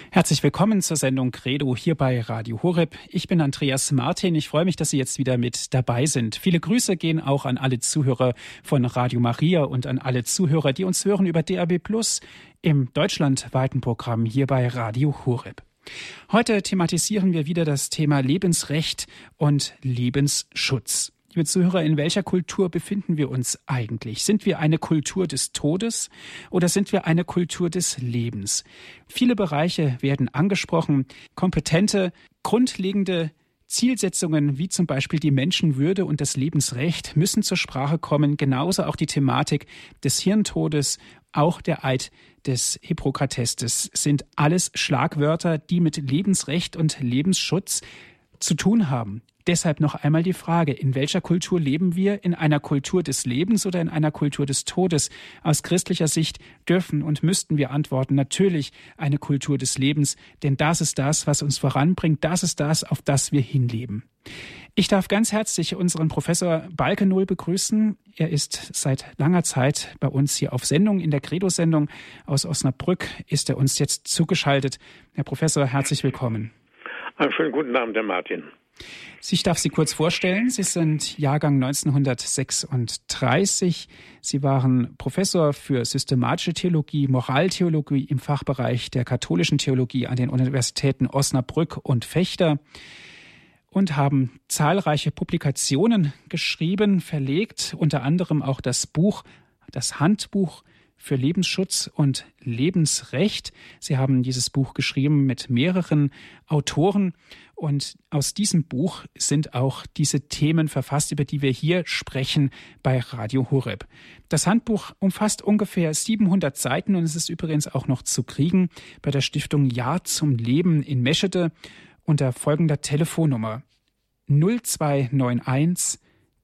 Herzlich willkommen zur Sendung Credo hier bei Radio Horeb. Ich bin Andreas Martin. Ich freue mich, dass Sie jetzt wieder mit dabei sind. Viele Grüße gehen auch an alle Zuhörer von Radio Maria und an alle Zuhörer, die uns hören über DAB+ im deutschlandweiten Programm hier bei Radio Horeb. Heute thematisieren wir wieder das Thema Lebensrecht und Lebensschutz. Liebe Zuhörer, in welcher Kultur befinden wir uns eigentlich? Sind wir eine Kultur des Todes oder sind wir eine Kultur des Lebens? Viele Bereiche werden angesprochen. Kompetente, grundlegende Zielsetzungen wie zum Beispiel die Menschenwürde und das Lebensrecht müssen zur Sprache kommen. Genauso auch die Thematik des Hirntodes, auch der Eid des Hippokrates. Das sind alles Schlagwörter, die mit Lebensrecht und Lebensschutz zu tun haben. Deshalb noch einmal die Frage, in welcher Kultur leben wir? In einer Kultur des Lebens oder in einer Kultur des Todes? Aus christlicher Sicht dürfen und müssten wir antworten, natürlich eine Kultur des Lebens, denn das ist das, was uns voranbringt, das ist das, auf das wir hinleben. Ich darf ganz herzlich unseren Professor Balkenohl begrüßen. Er ist seit langer Zeit bei uns hier auf Sendung, in der Credo-Sendung aus Osnabrück ist er uns jetzt zugeschaltet. Herr Professor, herzlich willkommen. Einen schönen guten Abend, Herr Martin. Ich darf Sie kurz vorstellen. Sie sind Jahrgang 1936. Sie waren Professor für systematische Theologie, Moraltheologie im Fachbereich der katholischen Theologie an den Universitäten Osnabrück und Vechta und haben zahlreiche Publikationen geschrieben, verlegt, unter anderem auch das Handbuch für Lebensschutz und Lebensrecht. Sie haben dieses Buch geschrieben mit mehreren Autoren und aus diesem Buch sind auch diese Themen verfasst, über die wir hier sprechen bei Radio Horeb. Das Handbuch umfasst ungefähr 700 Seiten und es ist übrigens auch noch zu kriegen bei der Stiftung Ja zum Leben in Meschede unter folgender Telefonnummer 0291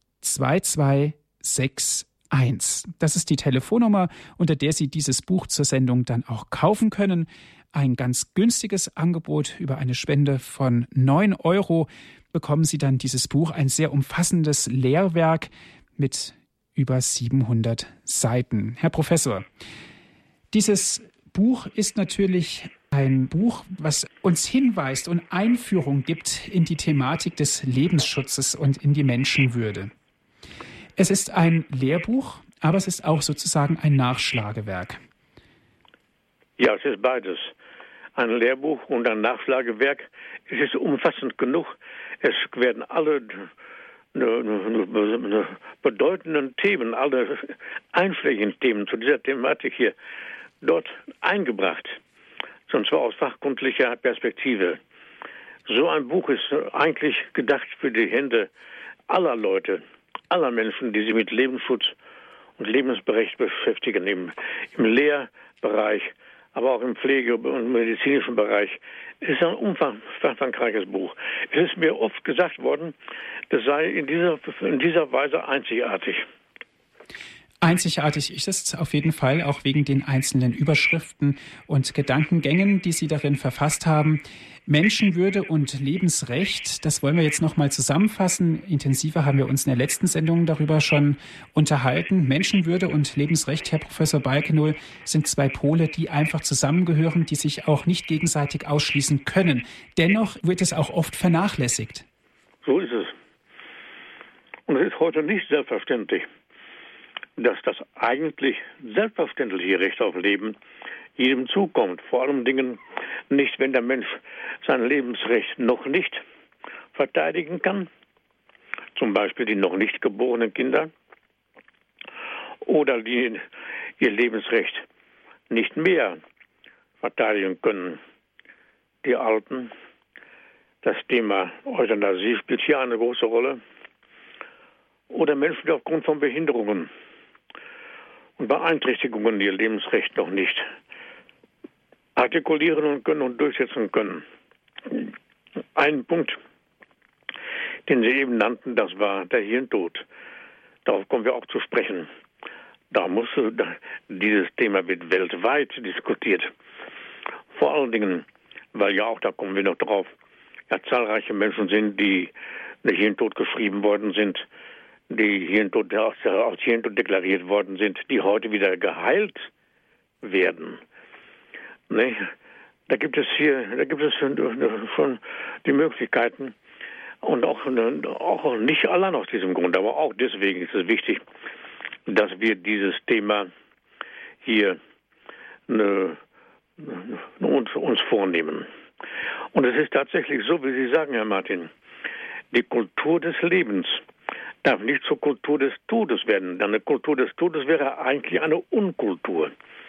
2261. Das ist die Telefonnummer, unter der Sie dieses Buch zur Sendung dann auch kaufen können. Ein ganz günstiges Angebot über eine Spende von 9 € bekommen Sie dann dieses Buch, ein sehr umfassendes Lehrwerk mit über 700 Seiten. Herr Professor, dieses Buch ist natürlich ein Buch, was uns hinweist und Einführung gibt in die Thematik des Lebensschutzes und in die Menschenwürde. Es ist ein Lehrbuch, aber es ist auch sozusagen ein Nachschlagewerk. Ja, es ist beides. Ein Lehrbuch und ein Nachschlagewerk. Es ist umfassend genug. Es werden alle bedeutenden Themen, alle einschlägigen Themen zu dieser Thematik hier dort eingebracht. Und zwar aus fachkundlicher Perspektive. So ein Buch ist eigentlich gedacht für die Hände aller Leute, aller Menschen, die sich mit Lebensschutz und Lebensrecht beschäftigen, im Lehrbereich, aber auch im Pflege- und medizinischen Bereich. Es ist ein umfangreiches Buch. Es ist mir oft gesagt worden, das sei in dieser Weise einzigartig. Einzigartig ist es auf jeden Fall, auch wegen den einzelnen Überschriften und Gedankengängen, die Sie darin verfasst haben. Menschenwürde und Lebensrecht, das wollen wir jetzt nochmal zusammenfassen. Intensiver haben wir uns in der letzten Sendung darüber schon unterhalten. Menschenwürde und Lebensrecht, Herr Professor Balkenohl, sind zwei Pole, die einfach zusammengehören, die sich auch nicht gegenseitig ausschließen können. Dennoch wird es auch oft vernachlässigt. So ist es. Und es ist heute nicht selbstverständlich, dass das eigentlich selbstverständliche Recht auf Leben jedem zukommt. Vor allen Dingen nicht, wenn der Mensch sein Lebensrecht noch nicht verteidigen kann. Zum Beispiel die noch nicht geborenen Kinder. Oder die ihr Lebensrecht nicht mehr verteidigen können. Die Alten. Das Thema Euthanasie spielt hier eine große Rolle. Oder Menschen, die aufgrund von Behinderungen und Beeinträchtigungen ihr Lebensrecht noch nicht artikulieren können und durchsetzen können. Ein Punkt, den Sie eben nannten, das war der Hirntod. Darauf kommen wir auch zu sprechen. Dieses Thema wird weltweit diskutiert. Vor allen Dingen, weil ja auch, da kommen wir noch drauf, ja zahlreiche Menschen sind, die mit Hirntod geschrieben worden sind, die als Hirntod deklariert worden sind, die heute wieder geheilt werden. Ne? Da gibt es schon die Möglichkeiten und auch nicht allein aus diesem Grund, aber auch deswegen ist es wichtig, dass wir dieses Thema hier uns vornehmen. Und es ist tatsächlich so, wie Sie sagen, Herr Martin, die Kultur des Lebens darf nicht zur Kultur des Todes werden. Denn eine Kultur des Todes wäre eigentlich eine Unkultur.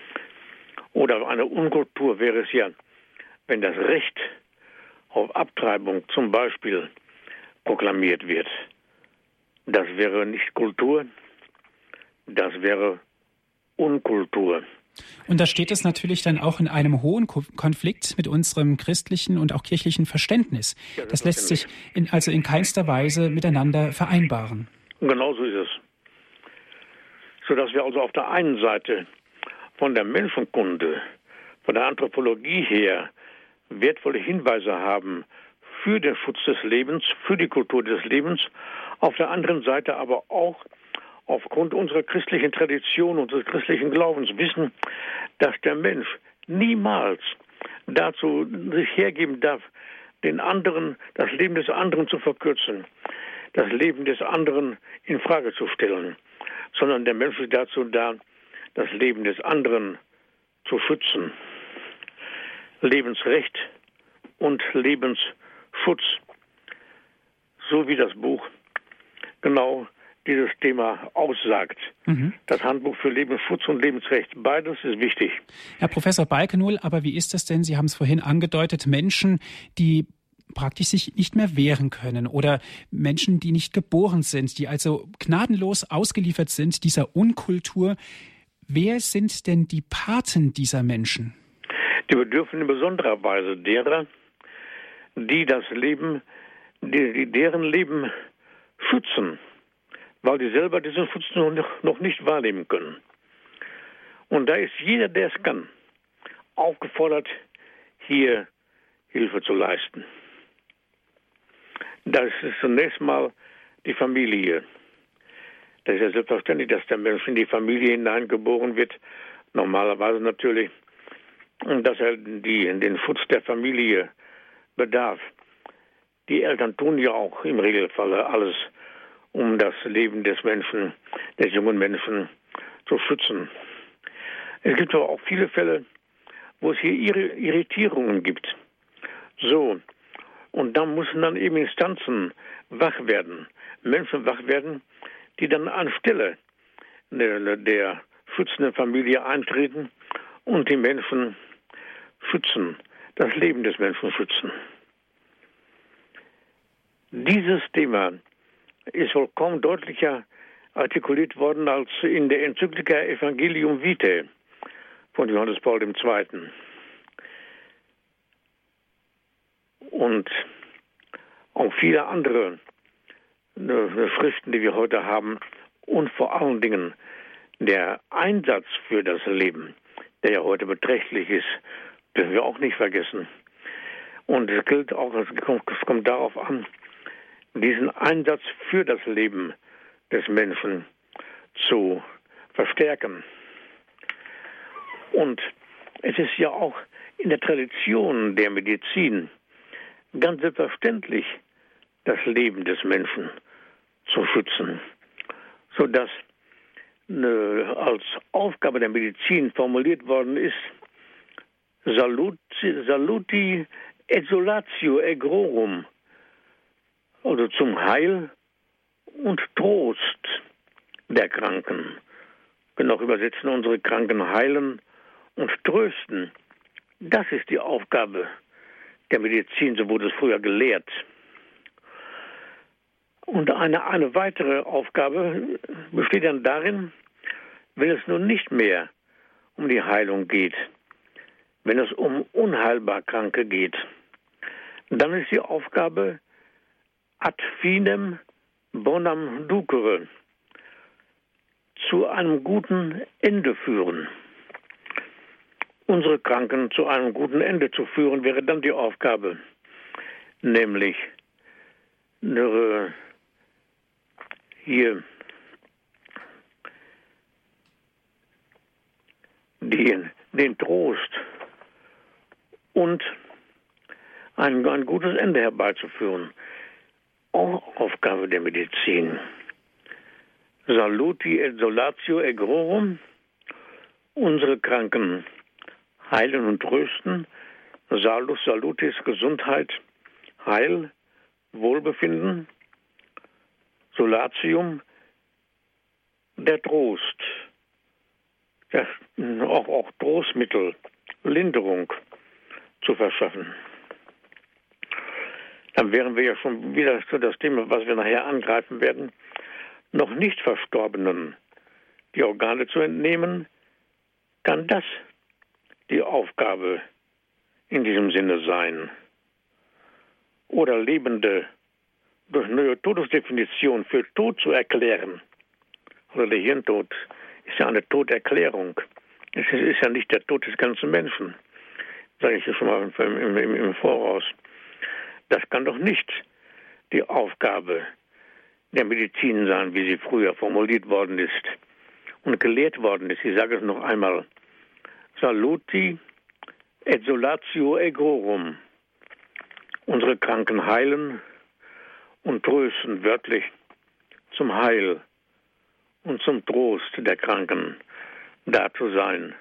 Oder eine Unkultur wäre es ja, wenn das Recht auf Abtreibung zum Beispiel proklamiert wird. Das wäre nicht Kultur, das wäre Unkultur. Und da steht es natürlich dann auch in einem hohen Konflikt mit unserem christlichen und auch kirchlichen Verständnis. Ja, das lässt sich in keinster Weise miteinander vereinbaren. Genau so ist es. Sodass wir also auf der einen Seite von der Menschenkunde, von der Anthropologie her wertvolle Hinweise haben für den Schutz des Lebens, für die Kultur des Lebens, auf der anderen Seite aber auch aufgrund unserer christlichen Tradition, unseres christlichen Glaubens wissen, dass der Mensch niemals dazu sich hergeben darf, den anderen, das Leben des anderen zu verkürzen, das Leben des anderen in Frage zu stellen, sondern der Mensch ist dazu da, das Leben des anderen zu schützen. Lebensrecht und Lebensschutz, so wie das Buch genau dieses Thema aussagt. Das Handbuch für Lebensschutz und Lebensrecht, beides ist wichtig. Herr Professor Balkenohl, aber wie ist das denn? Sie haben es vorhin angedeutet, Menschen, die praktisch sich nicht mehr wehren können oder Menschen, die nicht geboren sind, die also gnadenlos ausgeliefert sind dieser Unkultur. Wer sind denn die Paten dieser Menschen? Die bedürfen in besonderer Weise derer, die das Leben, deren Leben schützen, weil die selber diesen Schutz noch nicht wahrnehmen können. Und da ist jeder, der es kann, aufgefordert, hier Hilfe zu leisten. Das ist zunächst mal die Familie. Das ist ja selbstverständlich, dass der Mensch in die Familie hineingeboren wird, normalerweise natürlich, und dass er den Schutz der Familie bedarf. Die Eltern tun ja auch im Regelfall alles, um das Leben des Menschen, des jungen Menschen zu schützen. Es gibt aber auch viele Fälle, wo es hier Irritierungen gibt. So, und da müssen dann eben Instanzen wach werden, Menschen wach werden, die dann anstelle der schützenden Familie eintreten und die Menschen schützen, das Leben des Menschen schützen. Dieses Thema ist vollkommen deutlicher artikuliert worden als in der Enzyklika Evangelium Vitae von Johannes Paul II. Und auch viele andere Schriften, die wir heute haben, und vor allen Dingen der Einsatz für das Leben, der ja heute beträchtlich ist, dürfen wir auch nicht vergessen. Und es gilt auch, es kommt darauf an, diesen Einsatz für das Leben des Menschen zu verstärken. Und es ist ja auch in der Tradition der Medizin ganz selbstverständlich, das Leben des Menschen zu schützen, sodass als Aufgabe der Medizin formuliert worden ist, saluti exsolatio egrorum, also zum Heil und Trost der Kranken. Wir können auch übersetzen, unsere Kranken heilen und trösten. Das ist die Aufgabe der Medizin, so wurde es früher gelehrt. Und eine weitere Aufgabe besteht dann darin, wenn es nun nicht mehr um die Heilung geht, wenn es um unheilbar Kranke geht, dann ist die Aufgabe ad finem bonam ducere, zu einem guten Ende führen. Unsere Kranken zu einem guten Ende zu führen, wäre dann die Aufgabe, nämlich hier den Trost und ein gutes Ende herbeizuführen. Auch Aufgabe der Medizin. Saluti et solatio egrorum, unsere Kranken heilen und trösten. Salus salutis, Gesundheit, Heil, Wohlbefinden. Solatium, der Trost, auch Trostmittel, Linderung zu verschaffen. Dann wären wir ja schon wieder für das Thema, was wir nachher angreifen werden, noch nicht Verstorbenen die Organe zu entnehmen. Kann das die Aufgabe in diesem Sinne sein? Oder Lebende durch neue Todesdefinition für tot zu erklären? Oder der Hirntod ist ja eine Toderklärung. Es ist ja nicht der Tod des ganzen Menschen, sage ich schon mal im Voraus. Das kann doch nicht die Aufgabe der Medizin sein, wie sie früher formuliert worden ist und gelehrt worden ist. Ich sage es noch einmal. Saluti et solatio egrorum. Unsere Kranken heilen und trösten, wörtlich zum Heil und zum Trost der Kranken da zu sein.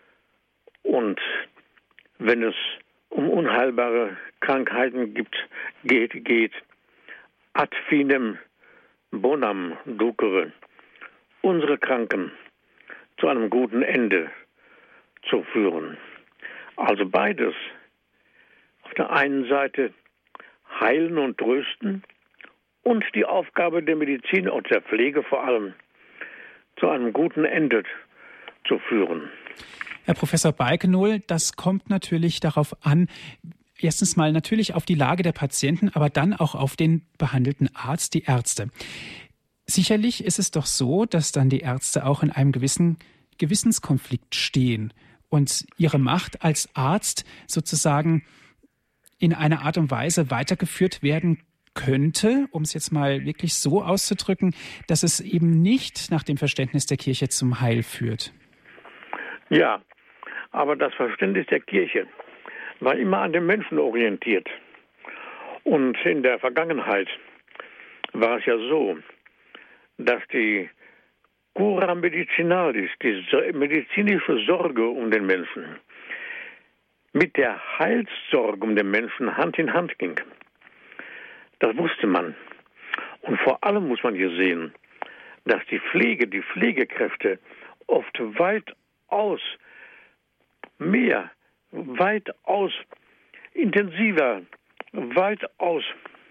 Und wenn es um unheilbare Krankheiten geht, ad finem bonam ducere, unsere Kranken zu einem guten Ende zu führen. Also beides. Auf der einen Seite heilen und trösten und die Aufgabe der Medizin und der Pflege vor allem zu einem guten Ende zu führen. Herr Professor Balkenohl, das kommt natürlich darauf an, erstens mal natürlich auf die Lage der Patienten, aber dann auch auf den behandelten Arzt, die Ärzte. Sicherlich ist es doch so, dass dann die Ärzte auch in einem gewissen Gewissenskonflikt stehen und ihre Macht als Arzt sozusagen in einer Art und Weise weitergeführt werden könnte, um es jetzt mal wirklich so auszudrücken, dass es eben nicht nach dem Verständnis der Kirche zum Heil führt. Ja, aber das Verständnis der Kirche war immer an den Menschen orientiert. Und in der Vergangenheit war es ja so, dass die Cura medicinalis, die medizinische Sorge um den Menschen, mit der Heilssorge um den Menschen Hand in Hand ging. Das wusste man. Und vor allem muss man hier sehen, dass die Pflegekräfte oft weitaus mehr, weitaus intensiver, weitaus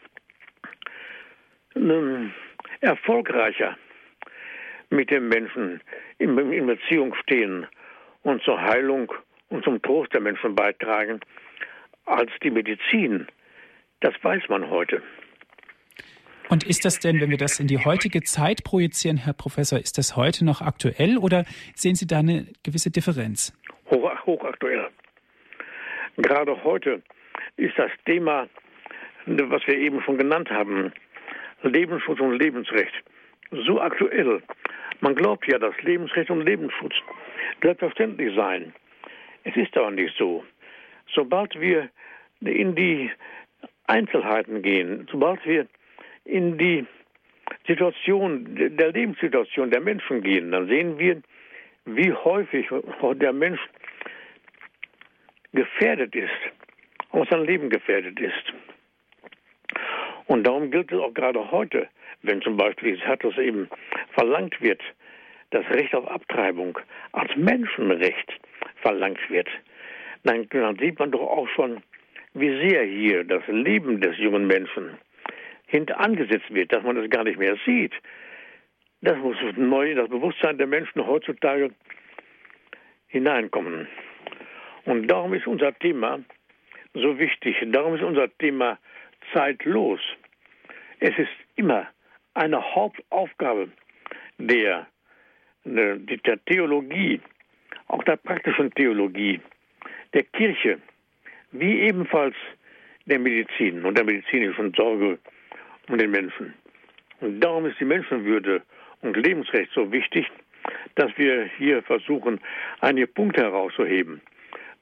erfolgreicher mit dem Menschen in Beziehung stehen und zur Heilung und zum Trost der Menschen beitragen als die Medizin. Das weiß man heute. Und ist das denn, wenn wir das in die heutige Zeit projizieren, Herr Professor, ist das heute noch aktuell oder sehen Sie da eine gewisse Differenz? Hochaktuell. Gerade heute ist das Thema, was wir eben schon genannt haben, Lebensschutz und Lebensrecht, so aktuell. Man glaubt ja, dass Lebensrecht und Lebensschutz selbstverständlich seien. Es ist aber nicht so. Sobald wir in die Einzelheiten gehen, sobald wir in die Situation, der Lebenssituation der Menschen gehen, dann sehen wir, wie häufig der Mensch gefährdet ist, auch sein Leben gefährdet ist. Und darum gilt es auch gerade heute, wenn zum Beispiel, es hat das eben verlangt wird, das Recht auf Abtreibung als Menschenrecht verlangt wird, dann sieht man doch auch schon, wie sehr hier das Leben des jungen Menschen hintangesetzt wird, dass man das gar nicht mehr sieht. Das muss neu in das Bewusstsein der Menschen heutzutage hineinkommen. Und darum ist unser Thema so wichtig. Darum ist unser Thema zeitlos. Es ist immer eine Hauptaufgabe der Theologie, auch der praktischen Theologie, der Kirche, wie ebenfalls der Medizin und der medizinischen Sorge um den Menschen. Und darum ist die Menschenwürde und Lebensrecht so wichtig, dass wir hier versuchen, einige Punkte herauszuheben.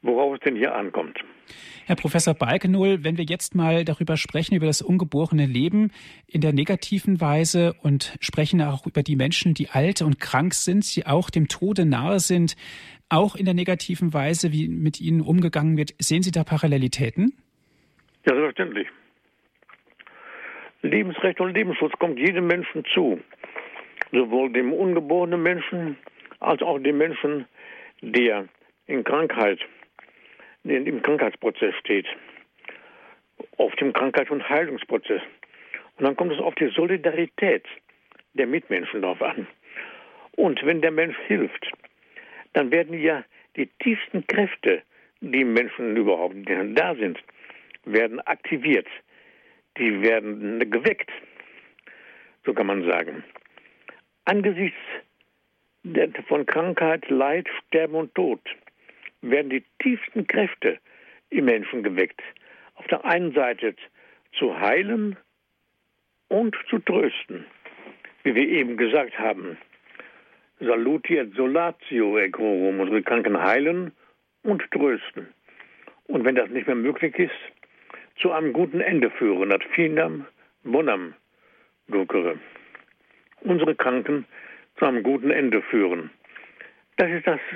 worauf es denn hier ankommt. Herr Professor Balkenohl, wenn wir jetzt mal darüber sprechen, über das ungeborene Leben in der negativen Weise und sprechen auch über die Menschen, die alt und krank sind, die auch dem Tode nahe sind, auch in der negativen Weise, wie mit ihnen umgegangen wird, sehen Sie da Parallelitäten? Ja, selbstverständlich. Lebensrecht und Lebensschutz kommt jedem Menschen zu. Sowohl dem ungeborenen Menschen als auch dem Menschen, der in Krankheit, im Krankheitsprozess steht, auf dem Krankheits- und Heilungsprozess. Und dann kommt es auf die Solidarität der Mitmenschen drauf an. Und wenn der Mensch hilft, dann werden ja die tiefsten Kräfte, die im Menschen überhaupt da sind, werden aktiviert. Die werden geweckt, so kann man sagen. Angesichts von Krankheit, Leid, Sterben und Tod werden die tiefsten Kräfte im Menschen geweckt. Auf der einen Seite zu heilen und zu trösten. Wie wir eben gesagt haben, saluti et solatio ecorum, unsere Kranken heilen und trösten. Und wenn das nicht mehr möglich ist, zu einem guten Ende führen, ad finam bonam ducere. Unsere Kranken zu einem guten Ende führen. Das ist das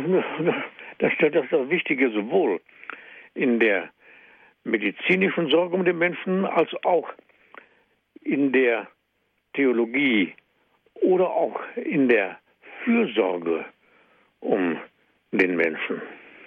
Wichtige, sowohl in der medizinischen Sorge um den Menschen als auch in der Theologie oder auch in der Fürsorge um den Menschen.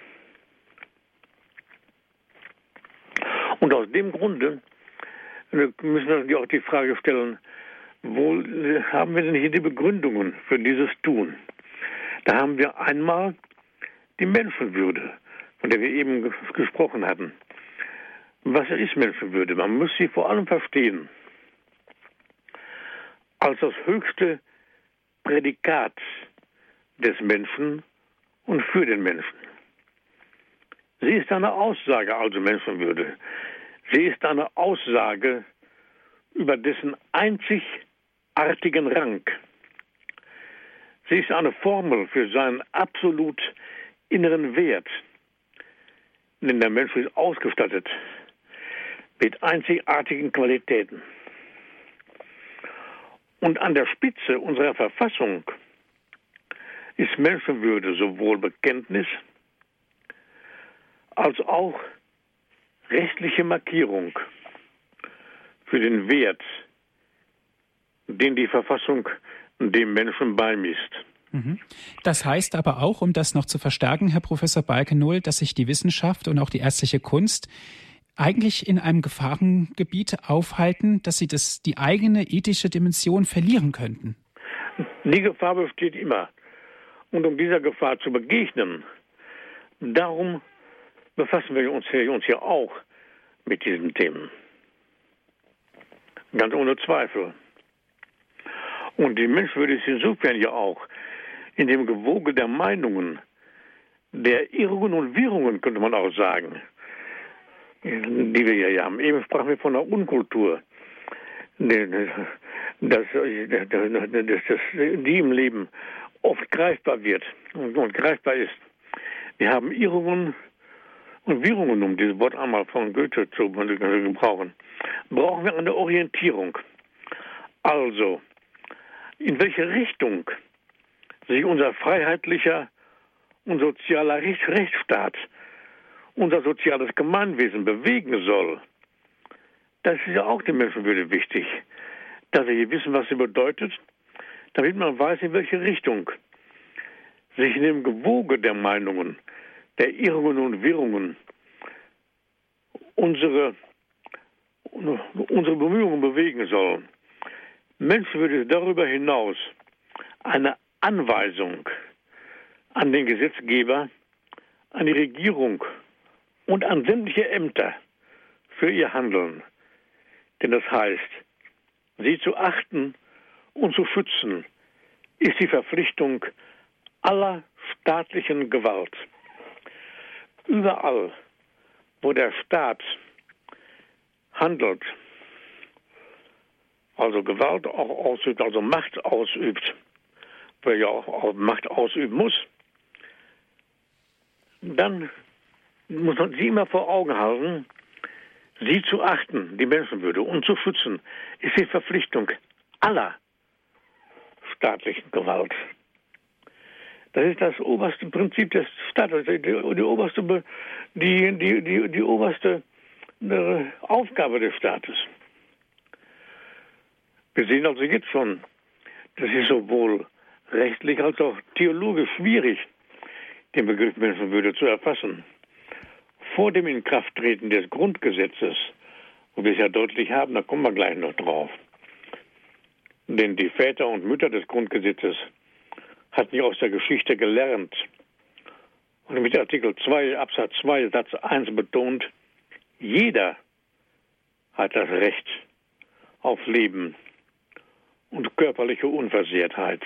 Und aus dem Grunde müssen wir natürlich auch die Frage stellen, wo haben wir denn hier die Begründungen für dieses Tun? Da haben wir einmal die Menschenwürde, von der wir eben gesprochen hatten. Was ist Menschenwürde? Man muss sie vor allem verstehen als das höchste Prädikat des Menschen und für den Menschen. Sie ist eine Aussage, also Menschenwürde. Sie ist eine Aussage über dessen einzigartigen Rang. Sie ist eine Formel für seinen absolut inneren Wert. Denn der Mensch ist ausgestattet mit einzigartigen Qualitäten. Und an der Spitze unserer Verfassung ist Menschenwürde sowohl Bekenntnis als auch rechtliche Markierung für den Wert, den die Verfassung dem Menschen beimisst. Das heißt aber auch, um das noch zu verstärken, Herr Professor Balkenohl, dass sich die Wissenschaft und auch die ärztliche Kunst eigentlich in einem Gefahrengebiet aufhalten, dass sie die eigene ethische Dimension verlieren könnten. Die Gefahr besteht immer. Und um dieser Gefahr zu begegnen, darum befassen wir uns hier auch mit diesen Themen. Ganz ohne Zweifel. Und die Menschenwürde ist insofern ja auch in dem Gewoge der Meinungen, der Irrungen und Wirrungen, könnte man auch sagen, die wir hier haben. Eben sprachen wir von der Unkultur, die im Leben oft greifbar wird und greifbar ist. Wir haben Irrungen und Wirrungen, um dieses Wort einmal von Goethe zu gebrauchen. Brauchen wir eine Orientierung. Also, in welche Richtung sich unser freiheitlicher und sozialer Rechtsstaat, unser soziales Gemeinwesen bewegen soll, das ist ja auch den Menschenwürde wichtig, dass sie wissen, was sie bedeutet, damit man weiß, in welche Richtung sich in dem Gewoge der Meinungen, der Irrungen und Wirrungen unsere Bemühungen bewegen sollen. Menschenwürde ist darüber hinaus eine Anweisung an den Gesetzgeber, an die Regierung und an sämtliche Ämter für ihr Handeln. Denn das heißt, sie zu achten und zu schützen, ist die Verpflichtung aller staatlichen Gewalt. Überall, wo der Staat handelt, also Gewalt auch ausübt, also Macht ausübt, wo er ja auch Macht ausüben muss, dann muss man sie immer vor Augen halten, sie zu achten, die Menschenwürde, und zu schützen, ist die Verpflichtung aller staatlichen Gewalt. Das ist das oberste Prinzip des Staates, die oberste Aufgabe des Staates. Wir sehen also jetzt schon, das ist sowohl rechtlich als auch theologisch schwierig, den Begriff Menschenwürde zu erfassen. Vor dem Inkrafttreten des Grundgesetzes, wo wir es ja deutlich haben, da kommen wir gleich noch drauf. Denn die Väter und Mütter des Grundgesetzes hatten ja aus der Geschichte gelernt und mit Artikel 2, Absatz 2, Satz 1 betont, jeder hat das Recht auf Leben und körperliche Unversehrtheit.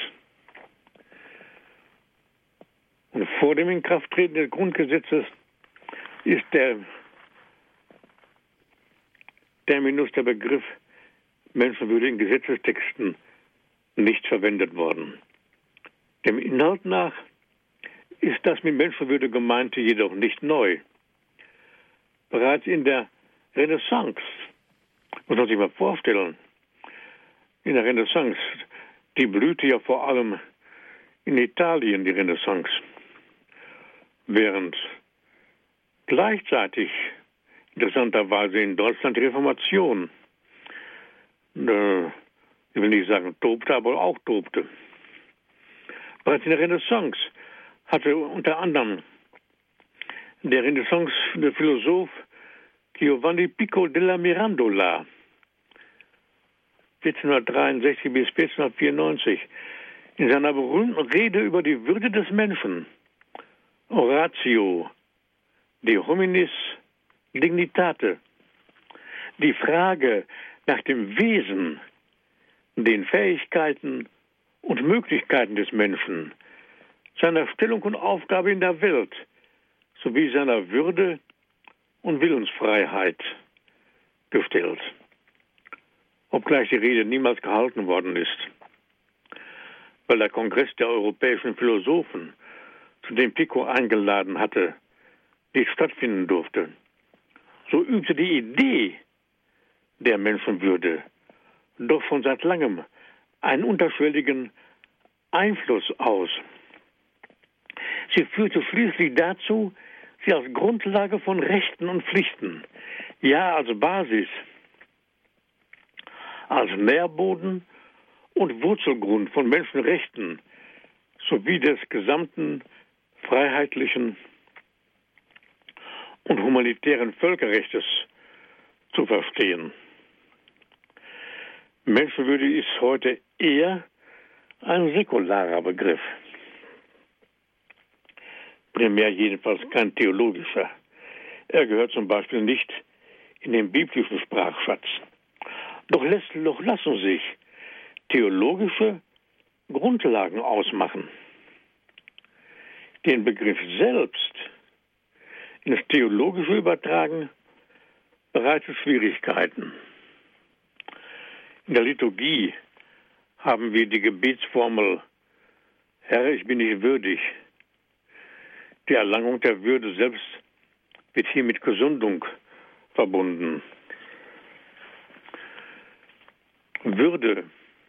Und vor dem Inkrafttreten des Grundgesetzes ist der Terminus, der Begriff Menschenwürde in Gesetzestexten nicht verwendet worden. Dem Inhalt nach ist das mit Menschenwürde Gemeinte jedoch nicht neu. Bereits in der Renaissance, muss man sich mal vorstellen, in der Renaissance, die blühte ja vor allem in Italien, die Renaissance, während gleichzeitig interessanterweise in Deutschland die Reformation, ich will nicht sagen tobte, aber auch tobte. Bereits in der Renaissance hatte unter anderem der Philosoph Giovanni Pico della Mirandola 1463 bis 1494 in seiner berühmten Rede über die Würde des Menschen, Oratio de hominis dignitate, die Frage nach dem Wesen, den Fähigkeiten und Möglichkeiten des Menschen, seiner Stellung und Aufgabe in der Welt sowie seiner Würde und Willensfreiheit gestellt. Obgleich die Rede niemals gehalten worden ist, weil der Kongress der europäischen Philosophen, zu dem Pico eingeladen hatte, nicht stattfinden durfte. So übte die Idee der Menschenwürde doch schon seit langem einen unterschwelligen Einfluss aus. Sie führte schließlich dazu, sie als Grundlage von Rechten und Pflichten, ja als Basis, als Nährboden und Wurzelgrund von Menschenrechten sowie des gesamten freiheitlichen und humanitären Völkerrechtes zu verstehen. Menschenwürde ist heute eher ein säkularer Begriff. Primär jedenfalls kein theologischer. Er gehört zum Beispiel nicht in den biblischen Sprachschatz. Doch lassen sich theologische Grundlagen ausmachen. Den Begriff selbst ins Theologische übertragen bereitet Schwierigkeiten. In der Liturgie haben wir die Gebetsformel Herr, ich bin nicht würdig. Die Erlangung der Würde selbst wird hier mit Gesundung verbunden. Würde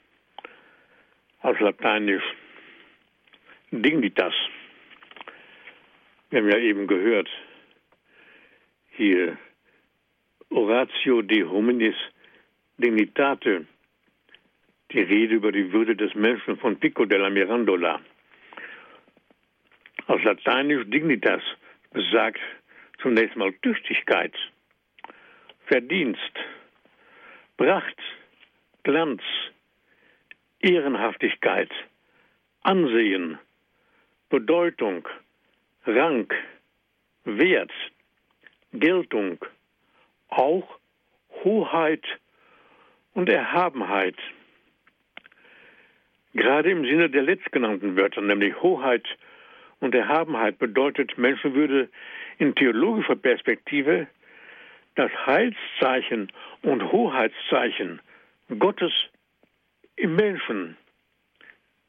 aus Lateinisch dignitas. Wir haben ja eben gehört, hier Oratio de hominis dignitate, die Rede über die Würde des Menschen von Pico della Mirandola. Aus Lateinisch dignitas besagt zunächst mal Tüchtigkeit, Verdienst, Pracht, Glanz, Ehrenhaftigkeit, Ansehen, Bedeutung, Rang, Wert, Geltung, auch Hoheit und Erhabenheit. Gerade im Sinne der letztgenannten Wörter, nämlich Hoheit und Erhabenheit, bedeutet Menschenwürde in theologischer Perspektive das Heilszeichen und Hoheitszeichen Gottes im Menschen.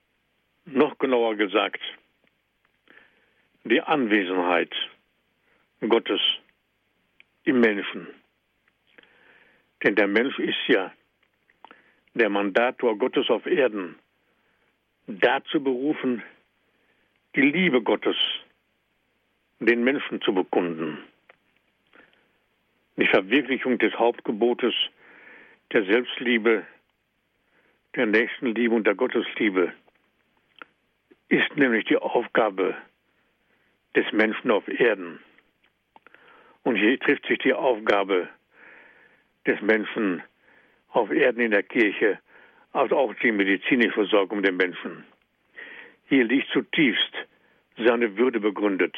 Noch genauer gesagt, die Anwesenheit Gottes im Menschen. Denn der Mensch ist ja der Mandator Gottes auf Erden, dazu berufen, die Liebe Gottes den Menschen zu bekunden. Die Verwirklichung des Hauptgebotes der Selbstliebe, der Nächstenliebe und der Gottesliebe ist nämlich die Aufgabe des Menschen auf Erden. Und hier trifft sich die Aufgabe des Menschen auf Erden in der Kirche, als auch die medizinische Versorgung der Menschen. Hier liegt zutiefst seine Würde begründet.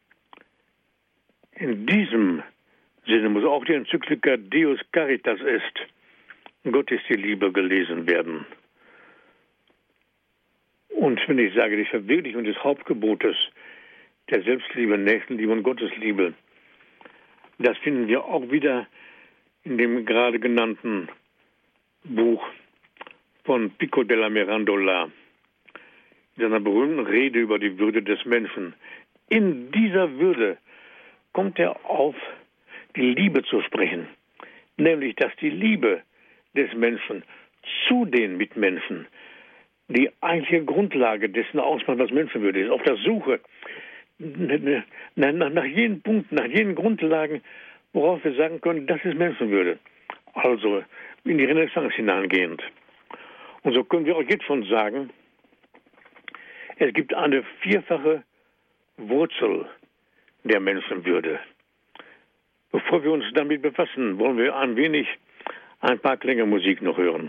In diesem Sinne muss auch die Enzyklika Deus Caritas Est, Gott ist die Liebe, gelesen werden. Und wenn ich sage, die Verwirklichung des Hauptgebotes der Selbstliebe, Nächstenliebe und Gottesliebe, das finden wir auch wieder in dem gerade genannten Buch von Pico della Mirandola, in seiner berühmten Rede über die Würde des Menschen. In dieser Würde kommt er auf die Liebe zu sprechen, nämlich, dass die Liebe des Menschen zu den Mitmenschen die eigentliche Grundlage dessen ausmacht, was Menschenwürde ist. Auf der Suche nach jenen Punkten, nach jenen Grundlagen, worauf wir sagen können, das ist Menschenwürde. Also in die Renaissance hineingehend. Und so können wir auch jetzt schon sagen, es gibt eine vierfache Wurzel der Menschenwürde. Bevor wir uns damit befassen, wollen wir ein paar Klänge Musik noch hören.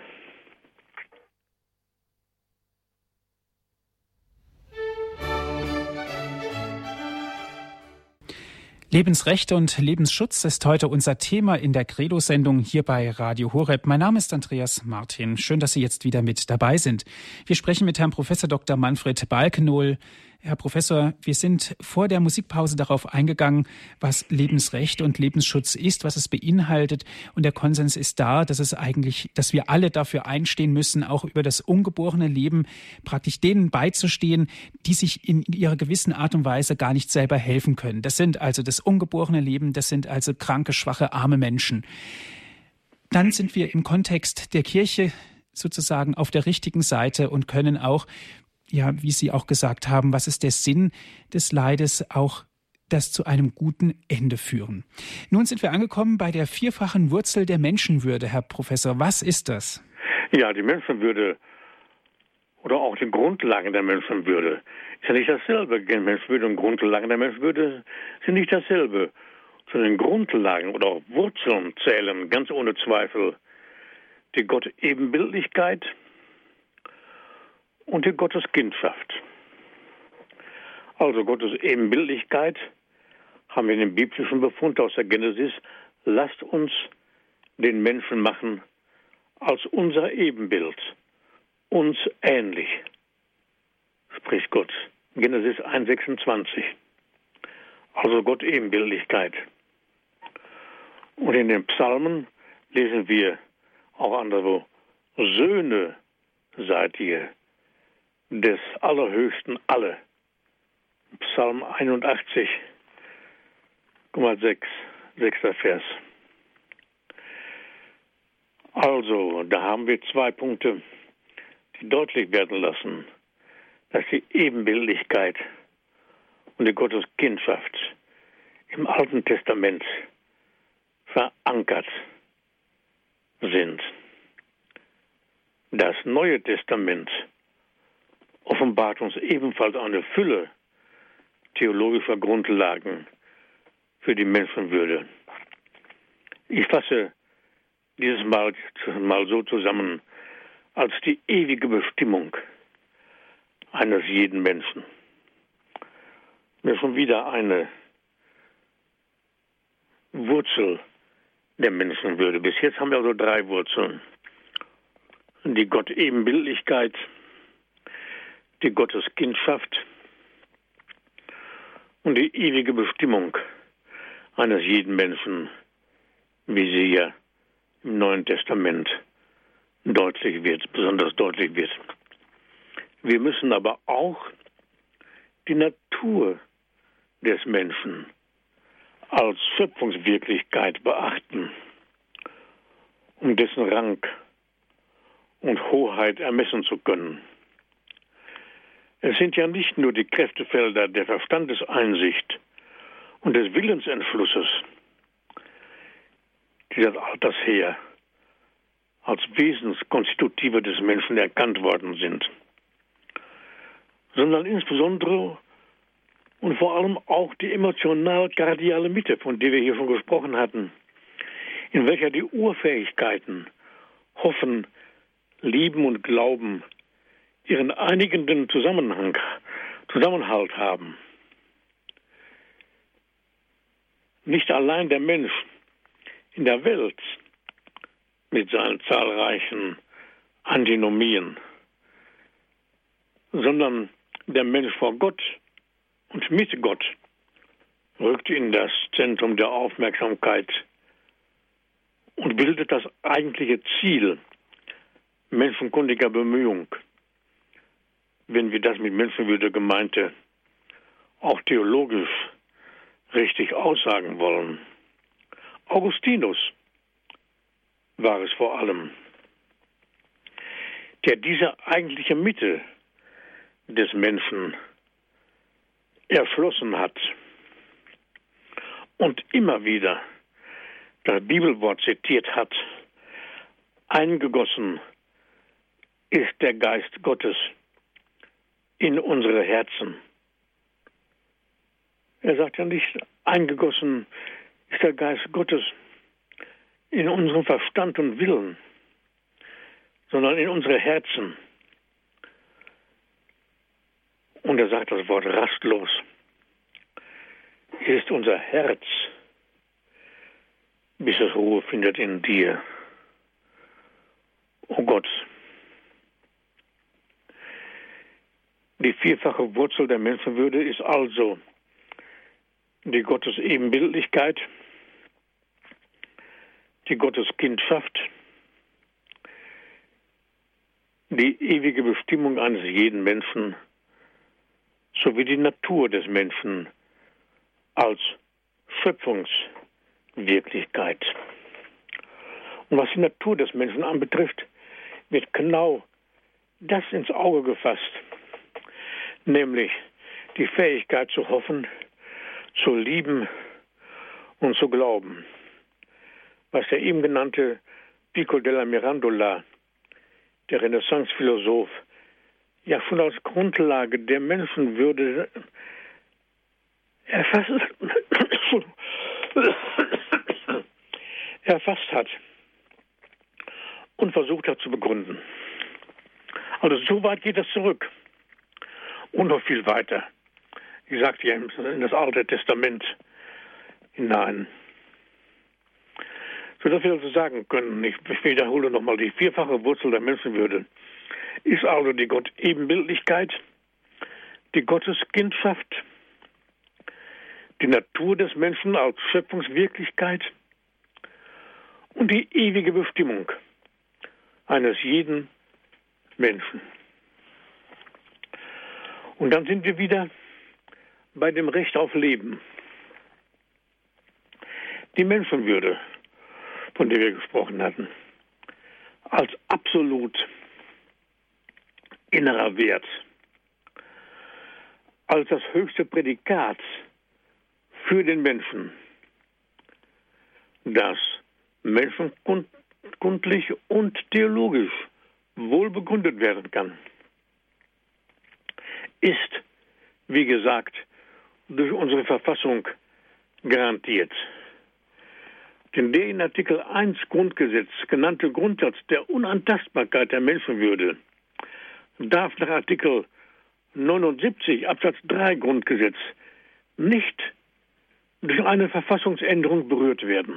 Lebensrechte und Lebensschutz ist heute unser Thema in der Credo-Sendung hier bei Radio Horeb. Mein Name ist Andreas Martin. Schön, dass Sie jetzt wieder mit dabei sind. Wir sprechen mit Herrn Professor Dr. Manfred Balkenohl. Herr Professor, wir sind vor der Musikpause darauf eingegangen, was Lebensrecht und Lebensschutz ist, was es beinhaltet. Und der Konsens ist da, dass wir alle dafür einstehen müssen, auch über das ungeborene Leben praktisch denen beizustehen, die sich in ihrer gewissen Art und Weise gar nicht selber helfen können. Das sind also das ungeborene Leben, das sind also kranke, schwache, arme Menschen. Dann sind wir im Kontext der Kirche sozusagen auf der richtigen Seite und können auch, ja, wie Sie auch gesagt haben, was ist der Sinn des Leides, auch das zu einem guten Ende führen. Nun sind wir angekommen bei der vierfachen Wurzel der Menschenwürde, Herr Professor. Was ist das? Ja, die Menschenwürde oder auch die Grundlagen der Menschenwürde ist ja nicht dasselbe. Menschenwürde und Grundlagen der Menschenwürde sind nicht dasselbe. Zu den Grundlagen oder auch Wurzeln zählen ganz ohne Zweifel die Gott-Ebenbildlichkeit und die Gotteskindschaft. Also Gottes Ebenbildlichkeit haben wir in dem biblischen Befund aus der Genesis. Lasst uns den Menschen machen als unser Ebenbild, uns ähnlich, spricht Gott. Genesis 1,26. Also Gott Ebenbildlichkeit. Und in den Psalmen lesen wir auch anderswo, Söhne seid ihr des Allerhöchsten alle. Psalm 81,6, 6. Vers. Also, da haben wir zwei Punkte, die deutlich werden lassen, dass die Ebenbildlichkeit und die Gotteskindschaft im Alten Testament verankert sind. Das Neue Testament offenbart uns ebenfalls eine Fülle theologischer Grundlagen für die Menschenwürde. Ich fasse dieses Mal so zusammen als die ewige Bestimmung eines jeden Menschen. Das ist schon wieder eine Wurzel der Menschenwürde. Bis jetzt haben wir also drei Wurzeln. Die Gott-Ebenbildlichkeit, die Gotteskindschaft und die ewige Bestimmung eines jeden Menschen, wie sie ja im Neuen Testament deutlich wird, besonders deutlich wird. Wir müssen aber auch die Natur des Menschen als Schöpfungswirklichkeit beachten, um dessen Rang und Hoheit ermessen zu können. Es sind ja nicht nur die Kräftefelder der Verstandeseinsicht und des Willensentschlusses, die seit alters her als Wesenskonstitutive des Menschen erkannt worden sind, sondern insbesondere und vor allem auch die emotional-kardiale Mitte, von der wir hier schon gesprochen hatten, in welcher die Urfähigkeiten Hoffen, Lieben und Glauben ihren einigenden Zusammenhalt haben. Nicht allein der Mensch in der Welt mit seinen zahlreichen Antinomien, sondern der Mensch vor Gott und mit Gott rückt in das Zentrum der Aufmerksamkeit und bildet das eigentliche Ziel menschenkundiger Bemühung, wenn wir das mit Menschenwürde gemeinte auch theologisch richtig aussagen wollen. Augustinus war es vor allem, der diese eigentliche Mitte des Menschen erschlossen hat und immer wieder das Bibelwort zitiert hat: eingegossen ist der Geist Gottes in unsere Herzen. Er sagt ja nicht, eingegossen ist der Geist Gottes in unseren Verstand und Willen, sondern in unsere Herzen. Und er sagt das Wort rastlos. Hier ist unser Herz, bis es Ruhe findet in dir. O Gott, die vierfache Wurzel der Menschenwürde ist also die Gottesebenbildlichkeit, die Gotteskindschaft, die ewige Bestimmung eines jeden Menschen sowie die Natur des Menschen als Schöpfungswirklichkeit. Und was die Natur des Menschen anbetrifft, wird genau das ins Auge gefasst, nämlich die Fähigkeit zu hoffen, zu lieben und zu glauben. Was der eben genannte Pico della Mirandola, der Renaissance-Philosoph, ja schon als Grundlage der Menschenwürde erfasst hat und versucht hat zu begründen. Also so weit geht es zurück und noch viel weiter. Ich sagte ja in das Alte Testament hinein. Sodass wir also sagen können, ich wiederhole nochmal, die vierfache Wurzel der Menschenwürde ist also die Gottebenbildlichkeit, die Gotteskindschaft, die Natur des Menschen als Schöpfungswirklichkeit und die ewige Bestimmung eines jeden Menschen. Und dann sind wir wieder bei dem Recht auf Leben. Die Menschenwürde, von der wir gesprochen hatten, als absolut innerer Wert, als das höchste Prädikat für den Menschen, das menschenkundlich und theologisch wohl begründet werden kann, ist, wie gesagt, durch unsere Verfassung garantiert. Denn der in Artikel 1 Grundgesetz genannte Grundsatz der Unantastbarkeit der Menschenwürde darf nach Artikel 79 Absatz 3 Grundgesetz nicht durch eine Verfassungsänderung berührt werden.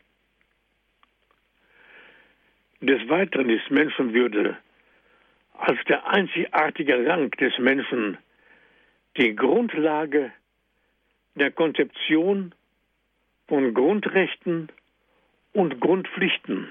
Des Weiteren ist Menschenwürde als der einzigartige Rang des Menschen die Grundlage der Konzeption von Grundrechten und Grundpflichten.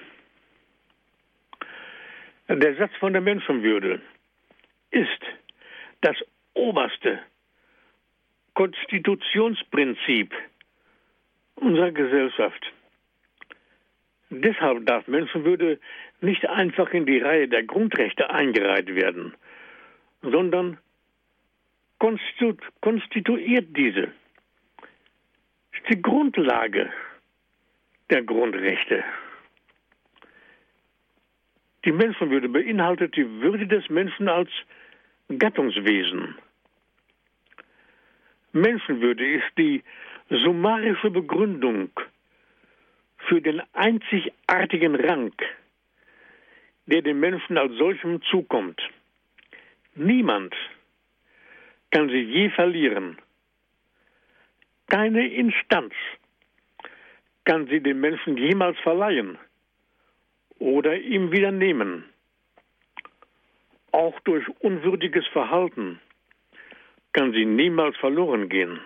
Der Satz von der Menschenwürde ist das oberste Konstitutionsprinzip unserer Gesellschaft. Deshalb darf Menschenwürde nicht einfach in die Reihe der Grundrechte eingereiht werden, sondern konstituiert diese. Ist die Grundlage der Grundrechte. Die Menschenwürde beinhaltet die Würde des Menschen als Gattungswesen. Menschenwürde ist die summarische Begründung für den einzigartigen Rang, der dem Menschen als solchem zukommt. Niemand kann sie je verlieren. Keine Instanz kann sie dem Menschen jemals verleihen oder ihm wieder nehmen. Auch durch unwürdiges Verhalten kann sie niemals verloren gehen.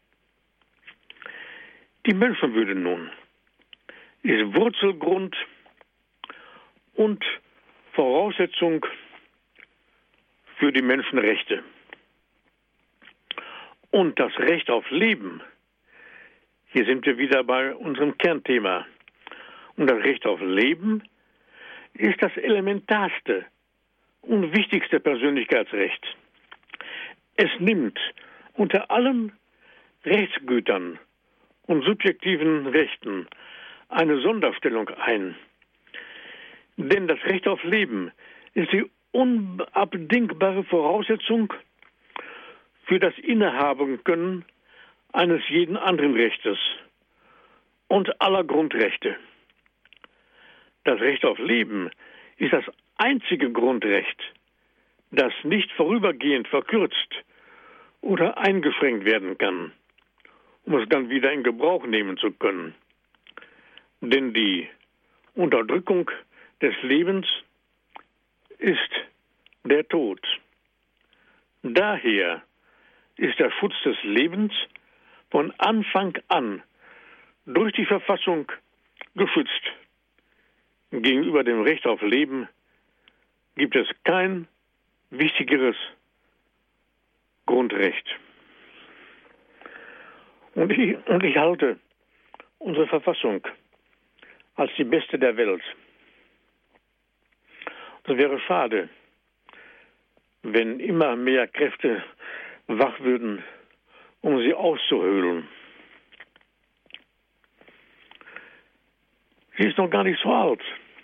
Die Menschenwürde nun ist Wurzelgrund und Voraussetzung für die Menschenrechte. Und das Recht auf Leben, hier sind wir wieder bei unserem Kernthema, und das Recht auf Leben ist das elementarste und wichtigste Persönlichkeitsrecht. Es nimmt unter allen Rechtsgütern und subjektiven Rechten eine Sonderstellung ein. Denn das Recht auf Leben ist die unabdingbare Voraussetzung für das Innehaben können eines jeden anderen Rechtes und aller Grundrechte. Das Recht auf Leben ist das einzige Grundrecht, das nicht vorübergehend verkürzt oder eingeschränkt werden kann, um es dann wieder in Gebrauch nehmen zu können. Denn die Unterdrückung des Lebens ist der Tod. Daher ist der Schutz des Lebens von Anfang an durch die Verfassung geschützt. Gegenüber dem Recht auf Leben gibt es kein wichtigeres Grundrecht. Und ich halte unsere Verfassung als die beste der Welt. Es wäre schade, wenn immer mehr Kräfte wach würden, um sie auszuhöhlen. Sie ist noch gar nicht so alt.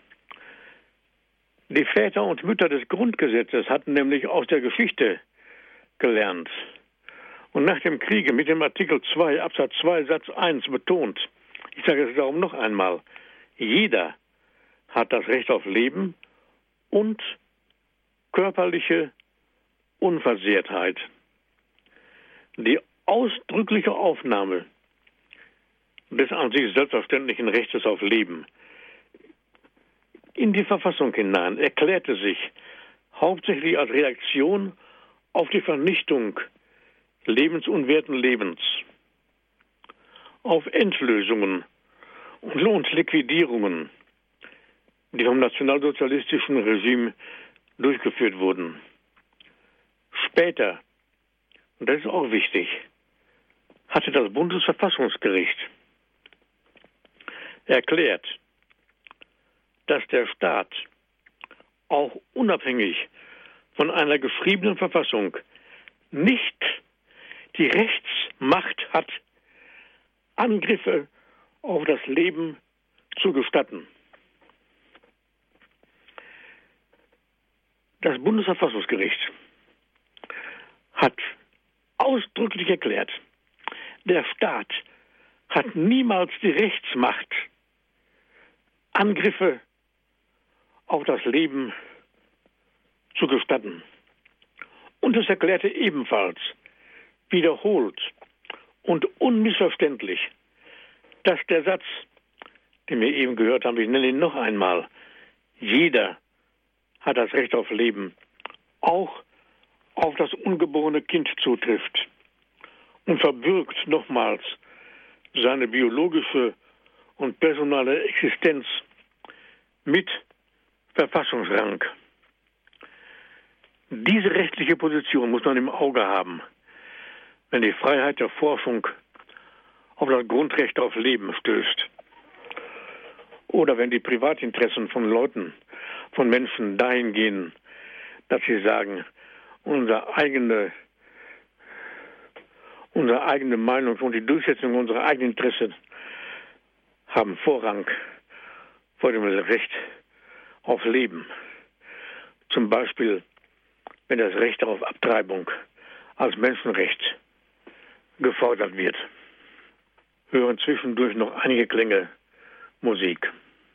Die Väter und Mütter des Grundgesetzes hatten nämlich aus der Geschichte gelernt und nach dem Kriege mit dem Artikel 2 Absatz 2 Satz 1 betont. Ich sage es darum noch einmal. Jeder hat das Recht auf Leben und körperliche Unversehrtheit. Die ausdrückliche Aufnahme des an sich selbstverständlichen Rechtes auf Leben in die Verfassung hinein erklärte sich hauptsächlich als Reaktion auf die Vernichtung lebensunwerten Lebens, auf Endlösungen und Lohnliquidierungen, die vom nationalsozialistischen Regime durchgeführt wurden. Später, und das ist auch wichtig, hatte das Bundesverfassungsgericht erklärt, dass der Staat auch unabhängig von einer geschriebenen Verfassung nicht die Rechtsmacht hat, Angriffe auf das Leben zu gestatten. Das Bundesverfassungsgericht hat ausdrücklich erklärt, der Staat hat niemals die Rechtsmacht, Angriffe auf das Leben zu gestatten. Und es erklärte ebenfalls wiederholt und unmissverständlich, dass der Satz, den wir eben gehört haben, ich nenne ihn noch einmal, jeder hat das Recht auf Leben, auch auf das ungeborene Kind zutrifft und verbirgt nochmals seine biologische und personale Existenz mit Verfassungsrang. Diese rechtliche Position muss man im Auge haben, wenn die Freiheit der Forschung auf das Grundrecht auf Leben stößt. Oder wenn die Privatinteressen von Leuten, von Menschen dahin gehen, dass sie sagen, unsere eigene Meinung und die Durchsetzung unserer eigenen Interessen haben Vorrang vor dem Recht auf Leben. Zum Beispiel, wenn das Recht auf Abtreibung als Menschenrecht gefordert wird. Hören zwischendurch noch einige Klänge Musik.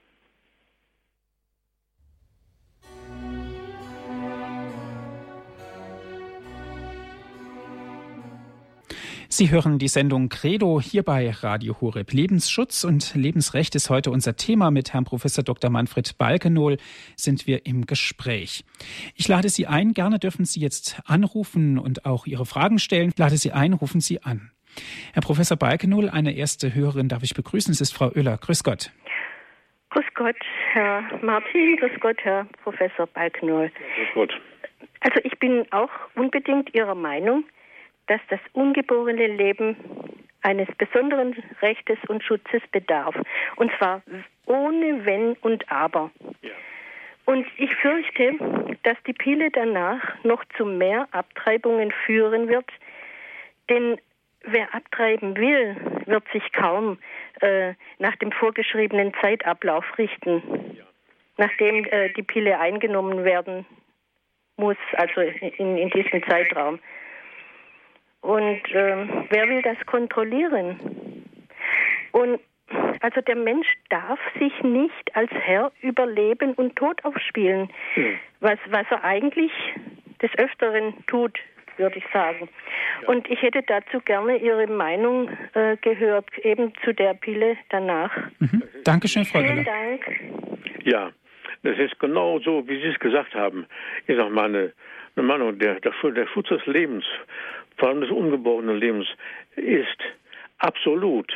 Sie hören die Sendung Credo hier bei Radio Horeb. Lebensschutz und Lebensrecht ist heute unser Thema. Mit Herrn Professor Dr. Manfred Balkenohl sind wir im Gespräch. Ich lade Sie ein, gerne dürfen Sie jetzt anrufen und auch Ihre Fragen stellen. Ich lade Sie ein, rufen Sie an. Herr Professor Balkenohl, eine erste Hörerin darf ich begrüßen. Es ist Frau Oeller. Grüß Gott. Grüß Gott, Herr Martin. Grüß Gott, Herr Professor Balkenohl. Grüß Gott. Also ich bin auch unbedingt Ihrer Meinung, dass das ungeborene Leben eines besonderen Rechtes und Schutzes bedarf. Und zwar ohne Wenn und Aber. Ja. Und ich fürchte, dass die Pille danach noch zu mehr Abtreibungen führen wird. Denn wer abtreiben will, wird sich kaum nach dem vorgeschriebenen Zeitablauf richten. Ja. Nachdem die Pille eingenommen werden muss, also in diesem Zeitraum. Und wer will das kontrollieren? Und also der Mensch darf sich nicht als Herr über Leben und Tod aufspielen, was er eigentlich des Öfteren tut, würde ich sagen. Ja. Und ich hätte dazu gerne Ihre Meinung gehört, eben zu der Pille danach. Dankeschön, Frau Oeller. Vielen Dank. Ja, das ist genau so, wie Sie es gesagt haben. Ist auch meine Meinung, der Schutz des Lebens, vor allem des ungeborenen Lebens, ist absolut,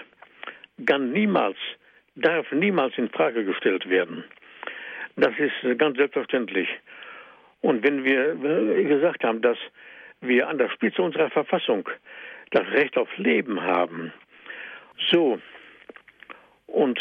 darf niemals in Frage gestellt werden. Das ist ganz selbstverständlich. Und wenn wir gesagt haben, dass wir an der Spitze unserer Verfassung das Recht auf Leben haben, so, und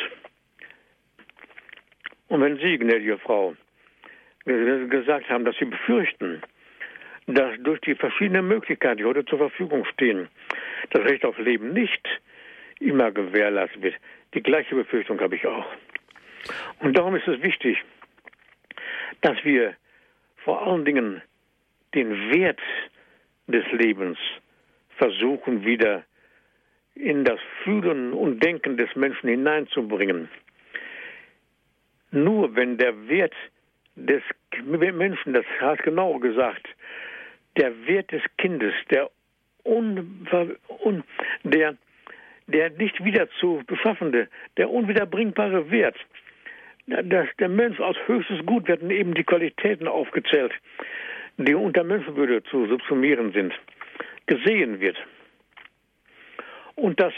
wenn Sie, gnädige Frau, gesagt haben, dass Sie befürchten, dass durch die verschiedenen Möglichkeiten, die heute zur Verfügung stehen, das Recht auf Leben nicht immer gewährleistet wird. Die gleiche Befürchtung habe ich auch. Und darum ist es wichtig, dass wir vor allen Dingen den Wert des Lebens versuchen, wieder in das Fühlen und Denken des Menschen hineinzubringen. Nur wenn der Wert des Menschen, das heißt genauer gesagt, der Wert des Kindes, der nicht wieder zu beschaffende, der unwiederbringbare Wert, dass der Mensch als höchstes Gut werden eben die Qualitäten aufgezählt, die unter Menschenwürde zu subsumieren sind, gesehen wird. Und dass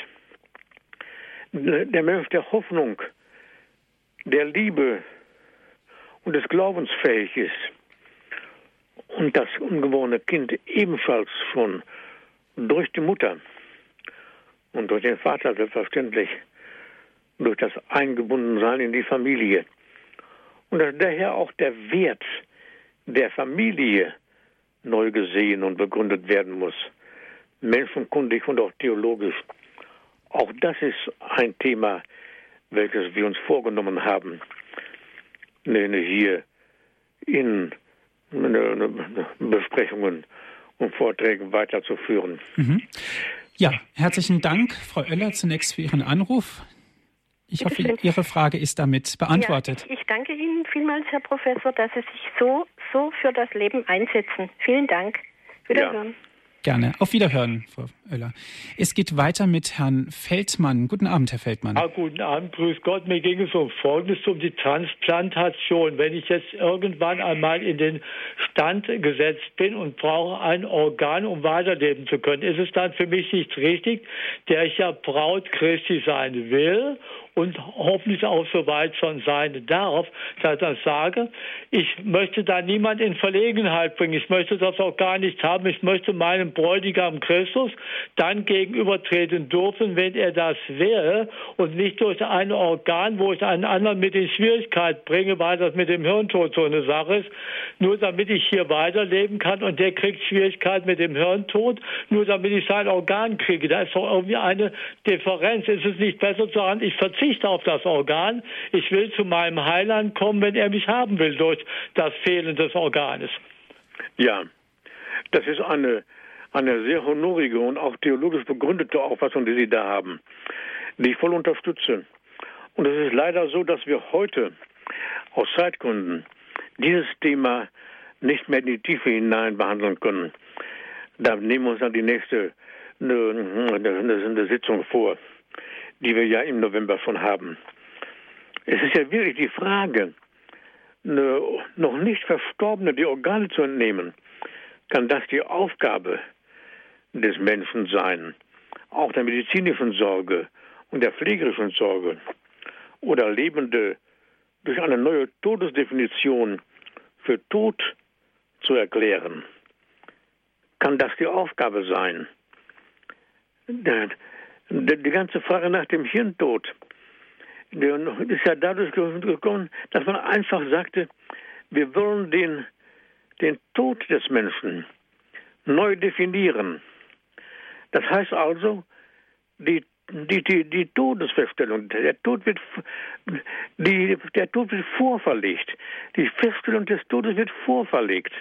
der Mensch der Hoffnung, der Liebe und des Glaubens fähig ist und das ungeborene Kind ebenfalls schon durch die Mutter und durch den Vater selbstverständlich, durch das Eingebundensein in die Familie und dass daher auch der Wert der Familie neu gesehen und begründet werden muss, menschenkundig und auch theologisch. Auch das ist ein Thema, welches wir uns vorgenommen haben, hier in Besprechungen und Vorträgen weiterzuführen. Ja, herzlichen Dank, Frau Oeller, zunächst für Ihren Anruf. Ich hoffe, Ihre Frage ist damit beantwortet. Ja, ich danke Ihnen vielmals, Herr Professor, dass Sie sich so für das Leben einsetzen. Vielen Dank. Wiederhören. Ja. Gerne. Auf Wiederhören, Frau Oeller. Es geht weiter mit Herrn Feldmann. Guten Abend, Herr Feldmann. Ja, guten Abend, grüß Gott. Mir ging es um Folgendes, um die Transplantation. Wenn ich jetzt irgendwann einmal in den Stand gesetzt bin und brauche ein Organ, um weiterleben zu können, ist es dann für mich nicht richtig, der ich ja Braut Christi sein will und hoffentlich auch so weit schon sein darf, dass ich sage, ich möchte da niemand in Verlegenheit bringen. Ich möchte das auch gar nicht haben. Ich möchte meinem Bräutigam Christus dann gegenübertreten dürfen, wenn er das wäre und nicht durch ein Organ, wo ich einen anderen mit in Schwierigkeit bringe, weil das mit dem Hirntod so eine Sache ist, nur damit ich hier weiterleben kann und der kriegt Schwierigkeit mit dem Hirntod, nur damit ich sein Organ kriege. Da ist doch irgendwie eine Differenz. Ist es nicht besser zu sagen, ich verzichte auf das Organ, ich will zu meinem Heiland kommen, wenn er mich haben will durch das Fehlen des Organes? Ja, das ist eine sehr honorige und auch theologisch begründete Auffassung, die Sie da haben, die ich voll unterstütze. Und es ist leider so, dass wir heute aus Zeitgründen dieses Thema nicht mehr in die Tiefe hinein behandeln können. Da nehmen wir uns dann die nächste eine Sitzung vor, die wir ja im November schon haben. Es ist ja wirklich die Frage, noch nicht Verstorbene die Organe zu entnehmen. Kann das die Aufgabe des Menschen sein, auch der medizinischen Sorge und der pflegerischen Sorge, oder Lebende durch eine neue Todesdefinition für tot zu erklären? Kann das die Aufgabe sein? Die ganze Frage nach dem Hirntod ist ja dadurch gekommen, dass man einfach sagte, wir wollen den Tod des Menschen neu definieren. Das heißt also, die Todesfeststellung, der Tod wird vorverlegt. Die Feststellung des Todes wird vorverlegt.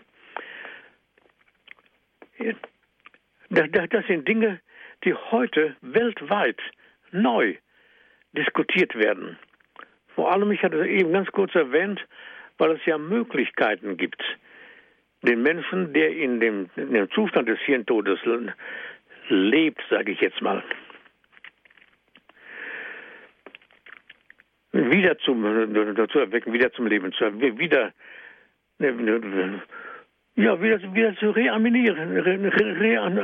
Das sind Dinge, die heute weltweit neu diskutiert werden. Vor allem, ich hatte es eben ganz kurz erwähnt, weil es ja Möglichkeiten gibt, den Menschen, der in dem Zustand des Hirntodes lebt, sage ich jetzt mal, wieder zu erwecken, wieder zum Leben zu erwecken, wieder zu reanimieren,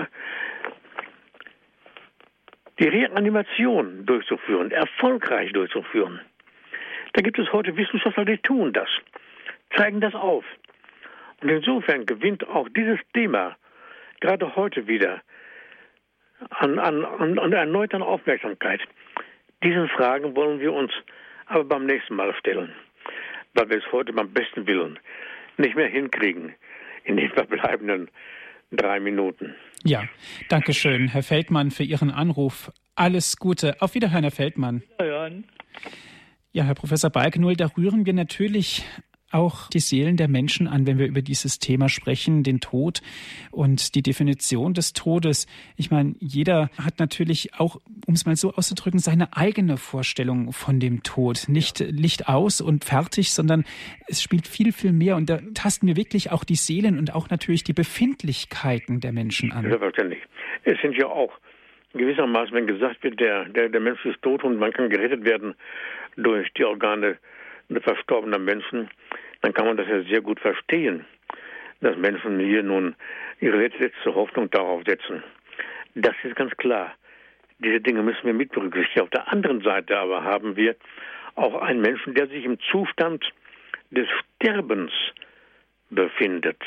die Reanimation durchzuführen, erfolgreich durchzuführen. Da gibt es heute Wissenschaftler, die tun das, zeigen das auf. Und insofern gewinnt auch dieses Thema gerade heute wieder an erneuter Aufmerksamkeit. Diesen Fragen wollen wir uns aber beim nächsten Mal stellen, weil wir es heute beim besten Willen nicht mehr hinkriegen in den verbleibenden 3 Minuten. Ja, danke schön, Herr Feldmann, für Ihren Anruf. Alles Gute. Auf Wiederhören, Herr Feldmann. Wiederhören. Ja, Herr Professor Balkenohl, da rühren wir natürlich auch die Seelen der Menschen an, wenn wir über dieses Thema sprechen, den Tod und die Definition des Todes. Ich meine, jeder hat natürlich auch, um es mal so auszudrücken, seine eigene Vorstellung von dem Tod. Nicht Licht aus und fertig, sondern es spielt viel, viel mehr. Und da tasten wir wirklich auch die Seelen und auch natürlich die Befindlichkeiten der Menschen an. Selbstverständlich. Es sind ja auch gewissermaßen, wenn gesagt wird, der Mensch ist tot und man kann gerettet werden durch die Organe verstorbener Menschen, dann kann man das ja sehr gut verstehen, dass Menschen hier nun ihre letzte Hoffnung darauf setzen. Das ist ganz klar. Diese Dinge müssen wir mit berücksichtigen. Auf der anderen Seite aber haben wir auch einen Menschen, der sich im Zustand des Sterbens befindet.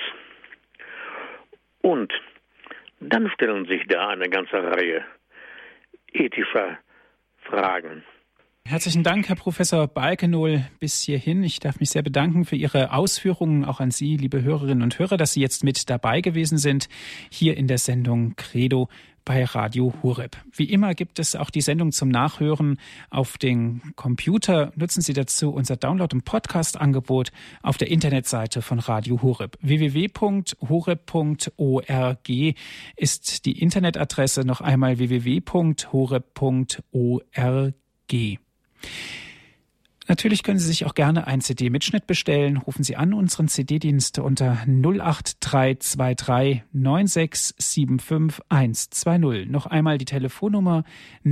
Und dann stellen sich da eine ganze Reihe ethischer Fragen. Herzlichen Dank, Herr Professor Balkenohl, bis hierhin. Ich darf mich sehr bedanken für Ihre Ausführungen, auch an Sie, liebe Hörerinnen und Hörer, dass Sie jetzt mit dabei gewesen sind, hier in der Sendung Credo bei Radio Horeb. Wie immer gibt es auch die Sendung zum Nachhören auf den Computer. Nutzen Sie dazu unser Download- und Podcast-Angebot auf der Internetseite von Radio Horeb. www.horeb.org ist die Internetadresse, noch einmal www.horeb.org. Natürlich können Sie sich auch gerne ein CD-Mitschnitt bestellen. Rufen Sie an unseren CD-Dienst unter 08323 9675 120. Noch einmal die Telefonnummer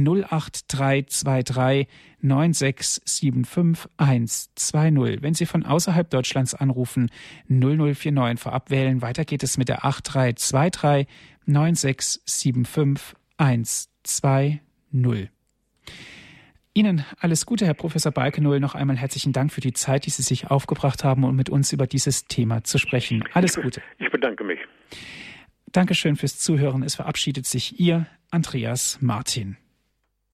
08323 9675 120. Wenn Sie von außerhalb Deutschlands anrufen, 0049 vorab wählen. Weiter geht es mit der 8323 9675 120. Ihnen alles Gute, Herr Professor Balkenohl. Noch einmal herzlichen Dank für die Zeit, die Sie sich aufgebracht haben, um mit uns über dieses Thema zu sprechen. Alles Gute. Ich bedanke mich. Dankeschön fürs Zuhören. Es verabschiedet sich Ihr Andreas Martin.